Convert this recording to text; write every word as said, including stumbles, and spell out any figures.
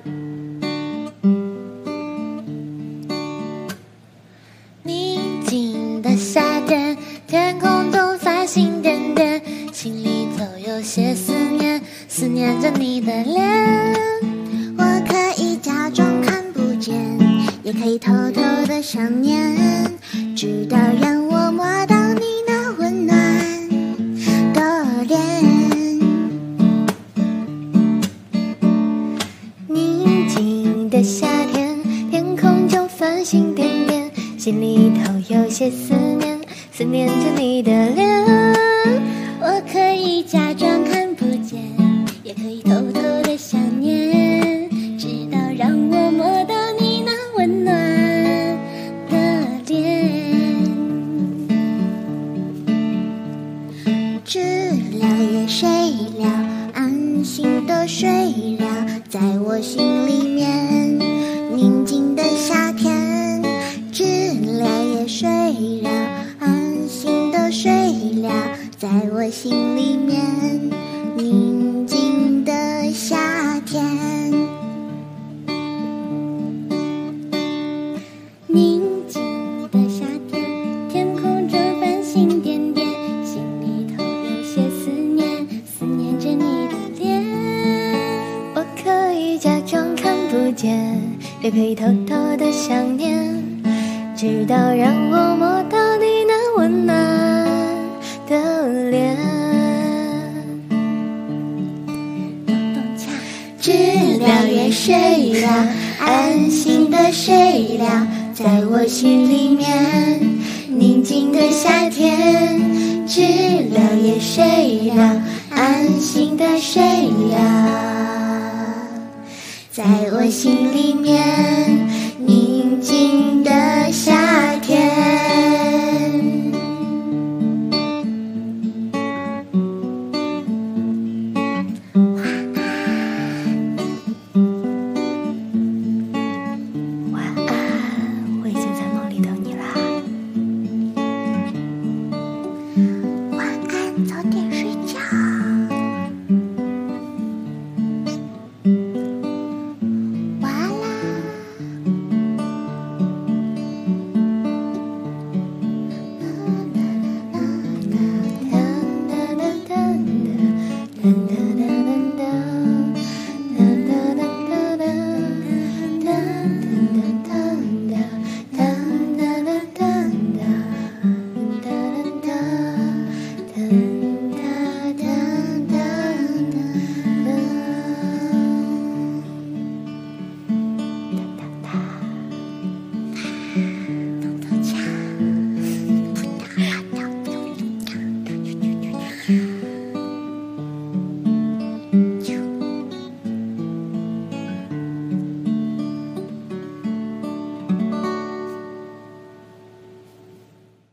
宁静的夏天，天空中繁星点点，心里头有些思念，思念着你的脸。 我可以假装看不见，也可以偷偷的想念，直到让我摸到你那温暖的脸。 宁静的夏天，天空中繁星点点，心里头有些思念，思念着你的脸。 我可以假装看不见，也可以偷偷的想念，直到让我摸到你那温暖的脸。知了也睡了，安心的睡了，在我心里面。宁静的夏天，知了也睡了，安心的睡了，在我心里面。宁静的夏天，宁静的夏天，天空中繁星点点，心里头有些思念，思念着你的脸。 我可以假装看不见，也可以偷偷的想念，直到让我摸到你那温暖的脸。 知了也睡了，安心的睡了，在我心里面。宁静的夏天，知了也睡了，安心的睡了，在我心里面。宁静的夏天。